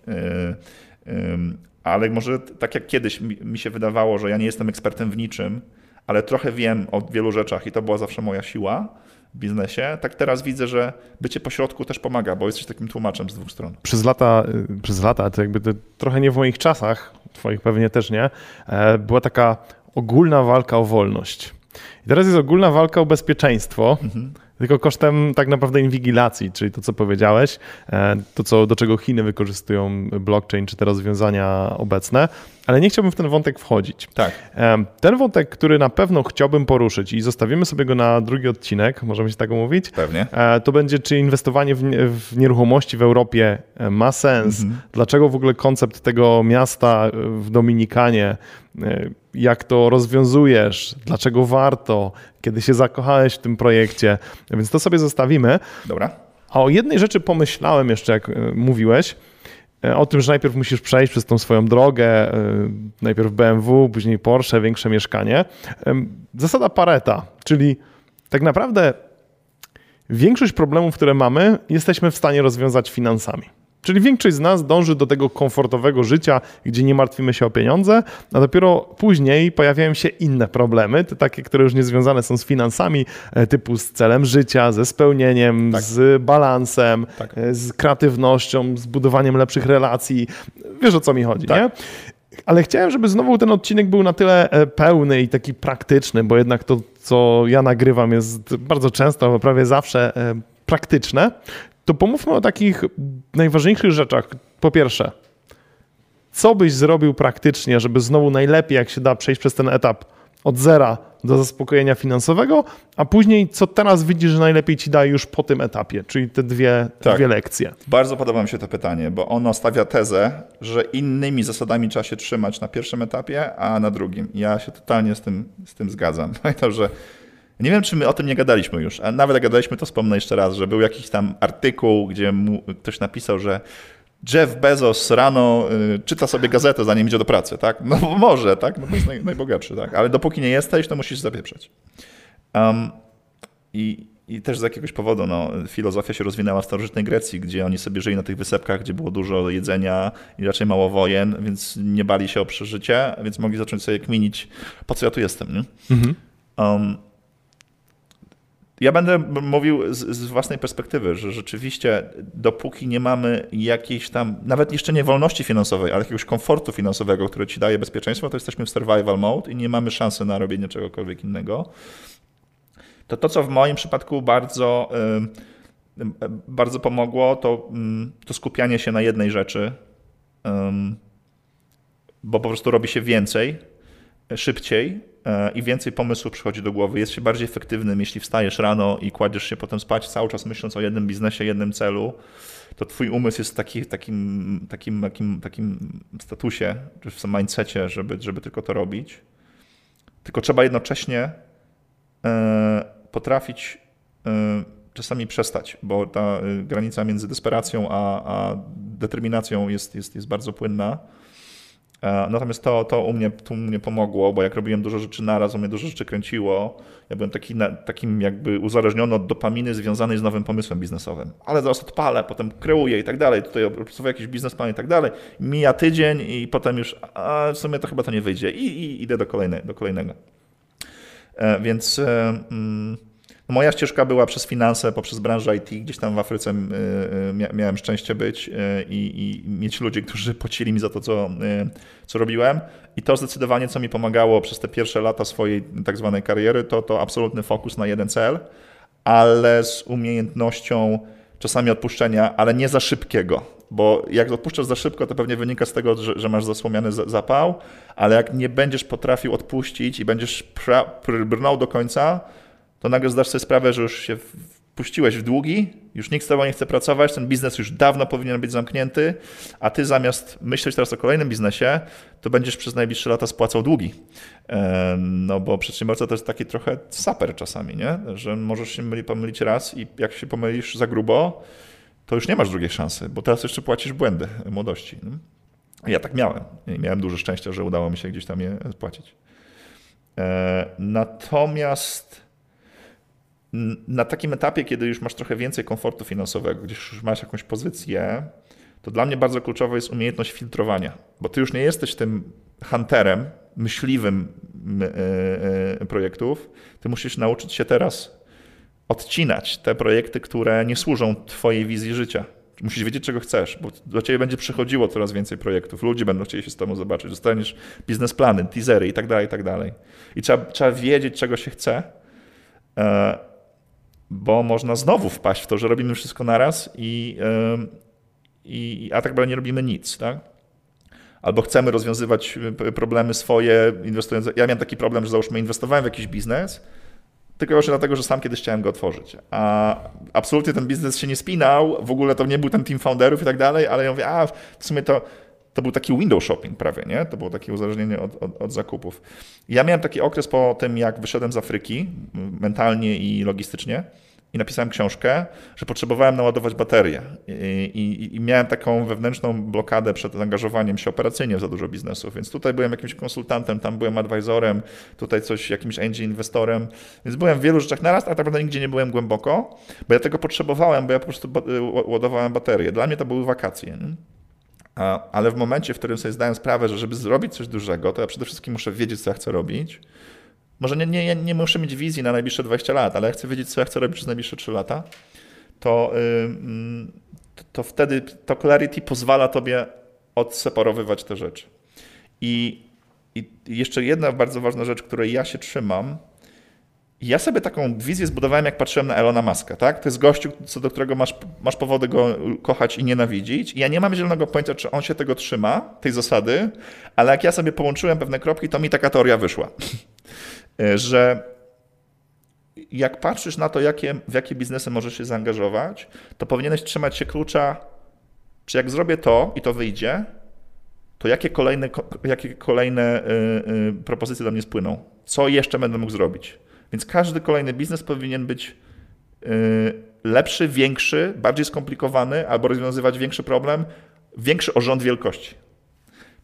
Ale może tak jak kiedyś mi się wydawało, że ja nie jestem ekspertem w niczym, ale trochę wiem o wielu rzeczach i to była zawsze moja siła w biznesie, tak teraz widzę, że bycie pośrodku też pomaga, bo jesteś takim tłumaczem z dwóch stron. Przez lata, przez lata to jakby to trochę nie w moich czasach, twoich pewnie też nie, była taka ogólna walka o wolność. I teraz jest ogólna walka o bezpieczeństwo, mhm. tylko kosztem tak naprawdę inwigilacji, czyli to, co powiedziałeś, to, co, do czego Chiny wykorzystują blockchain, czy te rozwiązania obecne, ale nie chciałbym w ten wątek wchodzić. Tak. Ten wątek, który na pewno chciałbym poruszyć i zostawimy sobie go na drugi odcinek, możemy się tak umówić, pewnie. To będzie, czy inwestowanie w, w nieruchomości w Europie ma sens, mhm. dlaczego w ogóle koncept tego miasta w Dominikanie, jak to rozwiązujesz, dlaczego warto, kiedy się zakochałeś w tym projekcie, więc to sobie zostawimy. Dobra. A o jednej rzeczy pomyślałem jeszcze, jak mówiłeś, o tym, że najpierw musisz przejść przez tą swoją drogę, najpierw B M W, później Porsche, większe mieszkanie. Zasada Pareta, czyli tak naprawdę większość problemów, które mamy, jesteśmy w stanie rozwiązać finansami. Czyli większość z nas dąży do tego komfortowego życia, gdzie nie martwimy się o pieniądze, a dopiero później pojawiają się inne problemy, te takie, które już nie związane są z finansami, typu z celem życia, ze spełnieniem, tak. z balansem, tak. z kreatywnością, z budowaniem lepszych relacji. Wiesz, o co mi chodzi, tak. nie? Ale chciałem, żeby znowu ten odcinek był na tyle pełny i taki praktyczny, bo jednak to, co ja nagrywam, jest bardzo często, prawie zawsze praktyczne. To pomówmy o takich najważniejszych rzeczach. Po pierwsze, co byś zrobił praktycznie, żeby znowu najlepiej, jak się da, przejść przez ten etap od zera do zaspokojenia finansowego, a później co teraz widzisz, że najlepiej ci da już po tym etapie, czyli te dwie, tak. dwie lekcje. Bardzo podoba mi się to pytanie, bo ono stawia tezę, że innymi zasadami trzeba się trzymać na pierwszym etapie, a na drugim. Ja się totalnie z tym, z tym zgadzam. Pamiętam, że nie wiem, czy my o tym nie gadaliśmy już, a nawet jak gadaliśmy, to wspomnę jeszcze raz, że był jakiś tam artykuł, gdzie mu ktoś napisał, że Jeff Bezos rano y, czyta sobie gazetę, zanim idzie do pracy, tak? No może, tak? No bo jest naj, najbogatszy, tak? Ale dopóki nie jesteś, to musisz zapieprzeć. Um, I I też z jakiegoś powodu no, filozofia się rozwinęła w starożytnej Grecji, gdzie oni sobie żyli na tych wysepkach, gdzie było dużo jedzenia i raczej mało wojen, więc nie bali się o przeżycie, więc mogli zacząć sobie kminić, po co ja tu jestem. Nie? Mhm. Um, ja będę mówił z, z własnej perspektywy, że rzeczywiście dopóki nie mamy jakiejś tam, nawet jeszcze nie wolności finansowej, ale jakiegoś komfortu finansowego, który ci daje bezpieczeństwo, to jesteśmy w survival mode i nie mamy szansy na robienie czegokolwiek innego. To to, co w moim przypadku bardzo, bardzo pomogło, to, to skupianie się na jednej rzeczy, bo po prostu robi się więcej, szybciej i więcej pomysłów przychodzi do głowy. Jest się bardziej efektywnym, jeśli wstajesz rano i kładziesz się potem spać cały czas myśląc o jednym biznesie, jednym celu, to twój umysł jest w taki, takim, takim, takim, takim statusie, czy w mindsetie, żeby, żeby tylko to robić. Tylko trzeba jednocześnie potrafić czasami przestać, bo ta granica między desperacją a, a determinacją jest, jest, jest bardzo płynna. Natomiast to, to u mnie, tu mnie pomogło, bo jak robiłem dużo rzeczy naraz, u mnie dużo rzeczy kręciło. Ja byłem taki, takim jakby uzależniony od dopaminy związanej z nowym pomysłem biznesowym. Ale zaraz odpalę, potem kreuję i tak dalej, tutaj opracuję jakiś biznesplan i tak dalej. Mija tydzień i potem już, a w sumie to chyba to nie wyjdzie i, i idę do, kolejne, do kolejnego. Więc mm, moja ścieżka była przez finanse, poprzez branżę I T, gdzieś tam w Afryce miałem szczęście być i, i mieć ludzi, którzy płacili mi za to, co, co robiłem. I to zdecydowanie, co mi pomagało przez te pierwsze lata swojej tak zwanej kariery, to, to absolutny fokus na jeden cel, ale z umiejętnością czasami odpuszczenia, ale nie za szybkiego. Bo jak odpuszczasz za szybko, to pewnie wynika z tego, że, że masz zasłomiony zapał, ale jak nie będziesz potrafił odpuścić i będziesz brnął do końca, to nagle zdasz sobie sprawę, że już się wpuściłeś w długi, już nikt z tobą nie chce pracować, ten biznes już dawno powinien być zamknięty, a ty zamiast myśleć teraz o kolejnym biznesie, to będziesz przez najbliższe lata spłacał długi. No bo przedsiębiorca to jest taki trochę saper czasami, nie? Że możesz się myli, pomylić raz i jak się pomylisz za grubo, to już nie masz drugiej szansy, bo teraz jeszcze płacisz błędy młodości. Ja tak miałem i miałem dużo szczęścia, że udało mi się gdzieś tam je spłacić. Natomiast na takim etapie, kiedy już masz trochę więcej komfortu finansowego, gdzieś już masz jakąś pozycję, to dla mnie bardzo kluczowa jest umiejętność filtrowania, bo ty już nie jesteś tym hunterem, myśliwym projektów, ty musisz nauczyć się teraz odcinać te projekty, które nie służą twojej wizji życia. Musisz wiedzieć, czego chcesz, bo do ciebie będzie przychodziło coraz więcej projektów, ludzie będą chcieli się z tobą zobaczyć, dostaniesz biznesplany, teasery i tak dalej, i tak dalej. I trzeba, trzeba wiedzieć, czego się chce, bo można znowu wpaść w to, że robimy wszystko naraz i, i a tak naprawdę nie robimy nic, tak? Albo chcemy rozwiązywać problemy swoje, inwestując. Ja miałem taki problem, że załóżmy inwestowałem w jakiś biznes, tylko właśnie dlatego, że sam kiedyś chciałem go otworzyć. A absolutnie ten biznes się nie spinał, w ogóle to nie był ten team founderów i tak dalej, ale ja mówię, a w sumie to, to był taki window shopping prawie, nie? To było takie uzależnienie od, od, od zakupów. I ja miałem taki okres po tym, jak wyszedłem z Afryki, mentalnie i logistycznie, i napisałem książkę, że potrzebowałem naładować baterię. I, i, I miałem taką wewnętrzną blokadę przed zaangażowaniem się operacyjnie w za dużo biznesów. Więc tutaj byłem jakimś konsultantem, tam byłem advisorem, tutaj coś jakimś angel inwestorem. Więc byłem w wielu rzeczach naraz, a tak naprawdę nigdzie nie byłem głęboko, bo ja tego potrzebowałem, bo ja po prostu ładowałem baterię. Dla mnie to były wakacje. Nie? A, ale w momencie, w którym sobie zdałem sprawę, że żeby zrobić coś dużego, to ja przede wszystkim muszę wiedzieć, co ja chcę robić. Może nie, nie, nie muszę mieć wizji na najbliższe dwadzieścia lat, ale ja chcę wiedzieć, co ja chcę robić przez najbliższe trzy lata, to, yy, to, to wtedy to clarity pozwala tobie odseparowywać te rzeczy. I, I jeszcze jedna bardzo ważna rzecz, której ja się trzymam. Ja sobie taką wizję zbudowałem, jak patrzyłem na Elona Muska. Tak? To jest gościu, co do którego masz, masz powody go kochać i nienawidzić. I ja nie mam zielonego pojęcia, czy on się tego trzyma, tej zasady, ale jak ja sobie połączyłem pewne kropki, to mi taka teoria wyszła. Że jak patrzysz na to, jakie, w jakie biznesy możesz się zaangażować, to powinieneś trzymać się klucza, czy jak zrobię to i to wyjdzie, to jakie kolejne, jakie kolejne y, y, propozycje do mnie spłyną? Co jeszcze będę mógł zrobić? Więc każdy kolejny biznes powinien być y, lepszy, większy, bardziej skomplikowany albo rozwiązywać większy problem, większy o rząd wielkości.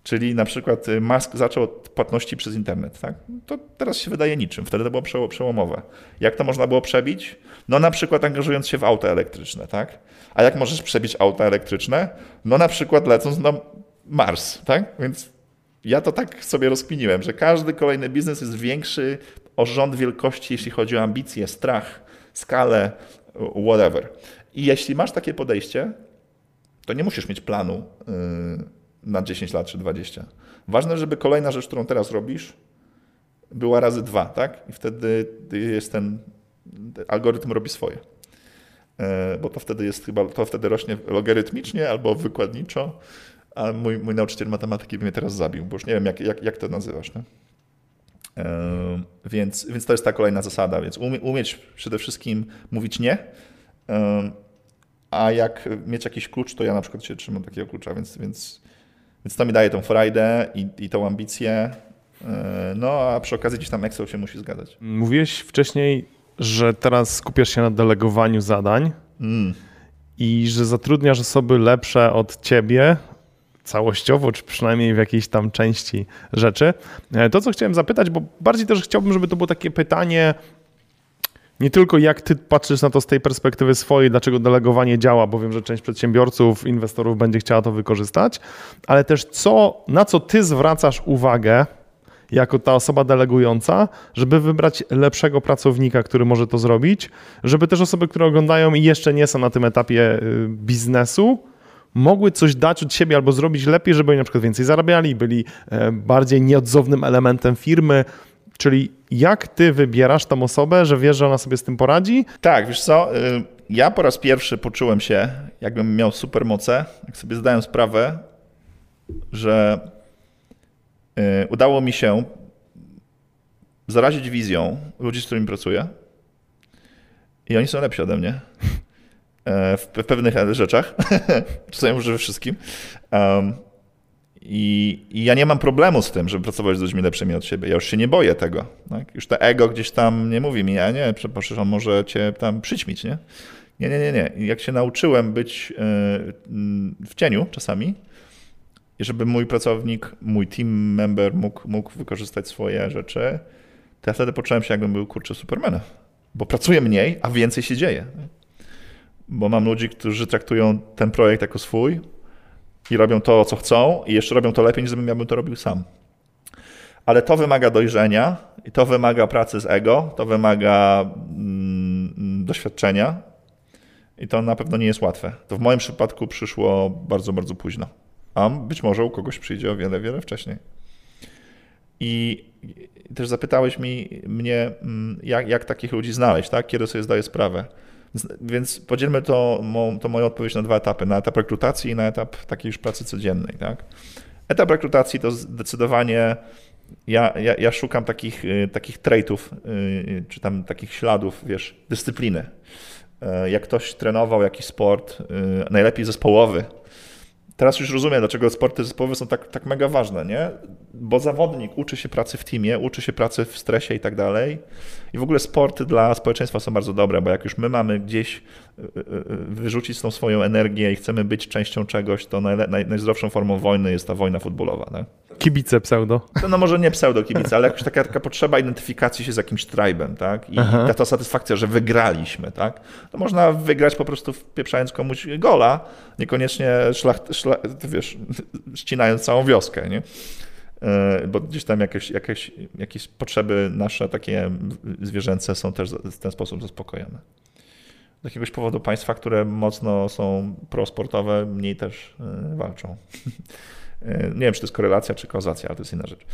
Czyli na przykład Musk zaczął od płatności przez internet, tak? To teraz się wydaje niczym, wtedy to było przełomowe. Jak to można było przebić? No na przykład angażując się w auta elektryczne, tak? A jak możesz przebić auta elektryczne? No na przykład lecąc na Mars, tak? Więc ja to tak sobie rozkminiłem, że każdy kolejny biznes jest większy o rząd wielkości, jeśli chodzi o ambicje, strach, skalę, whatever. I jeśli masz takie podejście, to nie musisz mieć planu yy, na dziesięć lat czy dwadzieścia. Ważne, żeby kolejna rzecz, którą teraz robisz, była razy dwa, tak? I wtedy jest ten, ten algorytm robi swoje. Yy, bo to wtedy jest chyba, to wtedy rośnie logarytmicznie albo wykładniczo, a mój, mój nauczyciel matematyki by mnie teraz zabił, bo już nie wiem, jak, jak, jak to nazywasz, nie? Yy, więc, więc to jest ta kolejna zasada, więc umie, umieć przede wszystkim mówić nie, yy, a jak mieć jakiś klucz, to ja na przykład się trzymam takiego klucza, więc, więc, więc to mi daje tą frajdę i, i tą ambicję, yy, no a przy okazji gdzieś tam Excel się musi zgadzać. Mówiłeś wcześniej, że teraz skupiasz się na delegowaniu zadań mm. i że zatrudniasz osoby lepsze od ciebie, całościowo, czy przynajmniej w jakiejś tam części rzeczy. To, co chciałem zapytać, bo bardziej też chciałbym, żeby to było takie pytanie nie tylko jak ty patrzysz na to z tej perspektywy swojej, dlaczego delegowanie działa, bo wiem, że część przedsiębiorców, inwestorów będzie chciała to wykorzystać, ale też co, na co ty zwracasz uwagę jako ta osoba delegująca, żeby wybrać lepszego pracownika, który może to zrobić, żeby też osoby, które oglądają i jeszcze nie są na tym etapie biznesu, mogły coś dać od siebie albo zrobić lepiej, żeby oni na przykład więcej zarabiali, byli bardziej nieodzownym elementem firmy. Czyli jak ty wybierasz tą osobę, że wiesz, że ona sobie z tym poradzi? Tak, wiesz co, ja po raz pierwszy poczułem się, jakbym miał supermoce, jak sobie zdałem sprawę, że udało mi się zarazić wizją ludzi, z którymi pracuję i oni są lepsi ode mnie. W pewnych rzeczach, czasami może we wszystkim. Um, i, I ja nie mam problemu z tym, żeby pracować z ludźmi lepszymi od siebie. Ja już się nie boję tego. Tak? Już to ego gdzieś tam nie mówi mi, a nie, przepraszam, on może cię tam przyćmić, nie? Nie, nie, nie, nie. I jak się nauczyłem być w cieniu czasami, i żeby mój pracownik, mój team member mógł, mógł wykorzystać swoje rzeczy, to ja wtedy poczułem się, jakbym był, kurczę, Supermanem. Bo pracuję mniej, a więcej się dzieje. Bo mam ludzi, którzy traktują ten projekt jako swój i robią to, co chcą i jeszcze robią to lepiej, niż gdybym ja bym to robił sam. Ale to wymaga dojrzenia i to wymaga pracy z ego, to wymaga mm, doświadczenia i to na pewno nie jest łatwe. To w moim przypadku przyszło bardzo, bardzo późno, a być może u kogoś przyjdzie o wiele, wiele wcześniej. I też zapytałeś mi, mnie, jak, jak takich ludzi znaleźć, tak? Kiedy sobie zdaję sprawę. Więc podzielmy to, to moją odpowiedź na dwa etapy, na etap rekrutacji i na etap takiej już pracy codziennej. Tak? Etap rekrutacji to zdecydowanie, ja, ja, ja szukam takich, takich traitów, czy tam takich śladów, wiesz, dyscypliny. Jak ktoś trenował jakiś sport, najlepiej zespołowy. Teraz już rozumiem, dlaczego sporty zespołowe są tak, tak mega ważne, nie? Bo zawodnik uczy się pracy w teamie, uczy się pracy w stresie i tak dalej. I w ogóle sporty dla społeczeństwa są bardzo dobre, bo jak już my mamy gdzieś wyrzucić tą swoją energię i chcemy być częścią czegoś, to naj, naj, najzdrowszą formą wojny jest ta wojna futbolowa. Tak? Kibice pseudo. To no może nie pseudo kibice, ale jakaś taka, taka potrzeba identyfikacji się z jakimś tribem, tak? I ta, ta satysfakcja, że wygraliśmy, tak? To można wygrać po prostu wpieprzając komuś gola, niekoniecznie szlach, szlach, wiesz, ścinając całą wioskę, nie? Bo gdzieś tam jakieś, jakieś, jakieś potrzeby nasze takie zwierzęce są też w ten sposób zaspokojone. Z jakiegoś powodu państwa, które mocno są prosportowe, mniej też walczą. Nie wiem, czy to jest korelacja, czy kauzacja, ale to jest inna rzecz.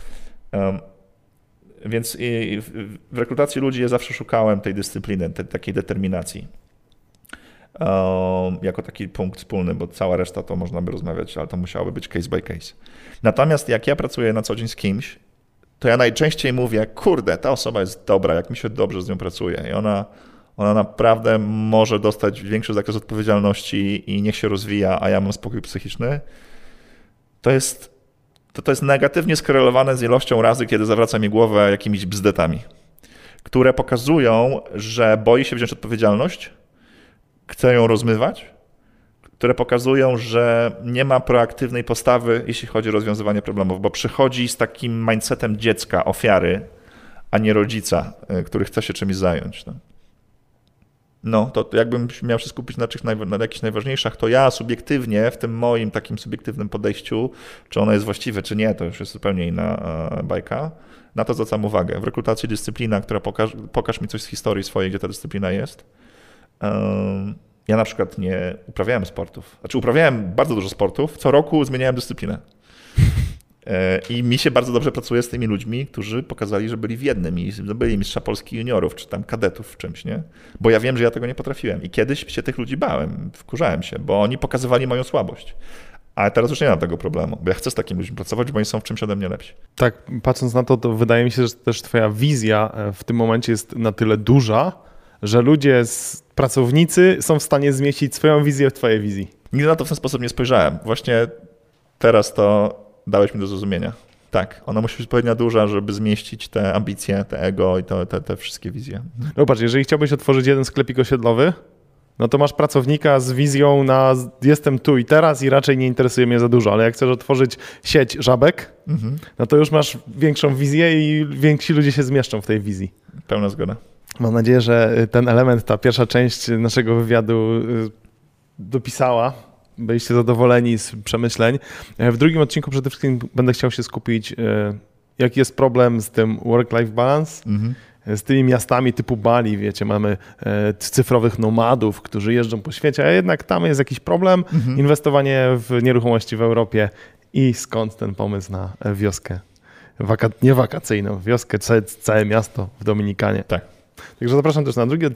Więc w rekrutacji ludzi ja zawsze szukałem tej dyscypliny, tej, takiej determinacji. Jako taki punkt wspólny, bo cała reszta to można by rozmawiać, ale to musiałoby być case by case. Natomiast jak ja pracuję na co dzień z kimś, to ja najczęściej mówię, kurde, ta osoba jest dobra, jak mi się dobrze z nią pracuje i ona, ona naprawdę może dostać większy zakres odpowiedzialności i niech się rozwija, a ja mam spokój psychiczny, to jest, to, to jest negatywnie skorelowane z ilością razy, kiedy zawraca mi głowę jakimiś bzdetami, które pokazują, że boi się wziąć odpowiedzialność, chce ją rozmywać, które pokazują, że nie ma proaktywnej postawy, jeśli chodzi o rozwiązywanie problemów, bo przychodzi z takim mindsetem dziecka, ofiary, a nie rodzica, który chce się czymś zająć. No, no to jakbym miał się skupić na, czych, na jakichś najważniejszych, to ja subiektywnie, w tym moim takim subiektywnym podejściu, czy ono jest właściwe, czy nie, to już jest zupełnie inna bajka, na to zwracam uwagę. W rekrutacji dyscyplina, która pokaż, pokaż mi coś z historii swojej, gdzie ta dyscyplina jest. Um, ja na przykład nie uprawiałem sportów. Znaczy uprawiałem bardzo dużo sportów, co roku zmieniałem dyscyplinę. I mi się bardzo dobrze pracuje z tymi ludźmi, którzy pokazali, że byli w jednym i byli mistrza Polski juniorów, czy tam kadetów w czymś, nie? Bo ja wiem, że ja tego nie potrafiłem i kiedyś się tych ludzi bałem, wkurzałem się, bo oni pokazywali moją słabość. Ale teraz już nie mam tego problemu, bo ja chcę z takimi ludźmi pracować, bo oni są w czymś ode mnie lepsi. Tak, patrząc na to, to wydaje mi się, że też twoja wizja w tym momencie jest na tyle duża, że ludzie, z pracownicy są w stanie zmieścić swoją wizję w twojej wizji. Nigdy na to w ten sposób nie spojrzałem. Właśnie teraz to dałeś mi do zrozumienia. Tak, ona musi być odpowiednio duża, żeby zmieścić te ambicje, te ego i te, te, te wszystkie wizje. No patrz, jeżeli chciałbyś otworzyć jeden sklepik osiedlowy, no to masz pracownika z wizją na jestem tu i teraz i raczej nie interesuje mnie za dużo, ale jak chcesz otworzyć sieć żabek, mhm. no to już masz większą wizję i więksi ludzie się zmieszczą w tej wizji. Pełna zgoda. Mam nadzieję, że ten element, ta pierwsza część naszego wywiadu dopisała. Byliście zadowoleni z przemyśleń. W drugim odcinku przede wszystkim będę chciał się skupić, jaki jest problem z tym work-life balance, mhm. z tymi miastami typu Bali, wiecie, mamy cyfrowych nomadów, którzy jeżdżą po świecie, a jednak tam jest jakiś problem, mhm. inwestowanie w nieruchomości w Europie i skąd ten pomysł na wioskę, Waka- nie wakacyjną, wioskę, całe, całe miasto w Dominikanie. Tak. Także zapraszam też na drugi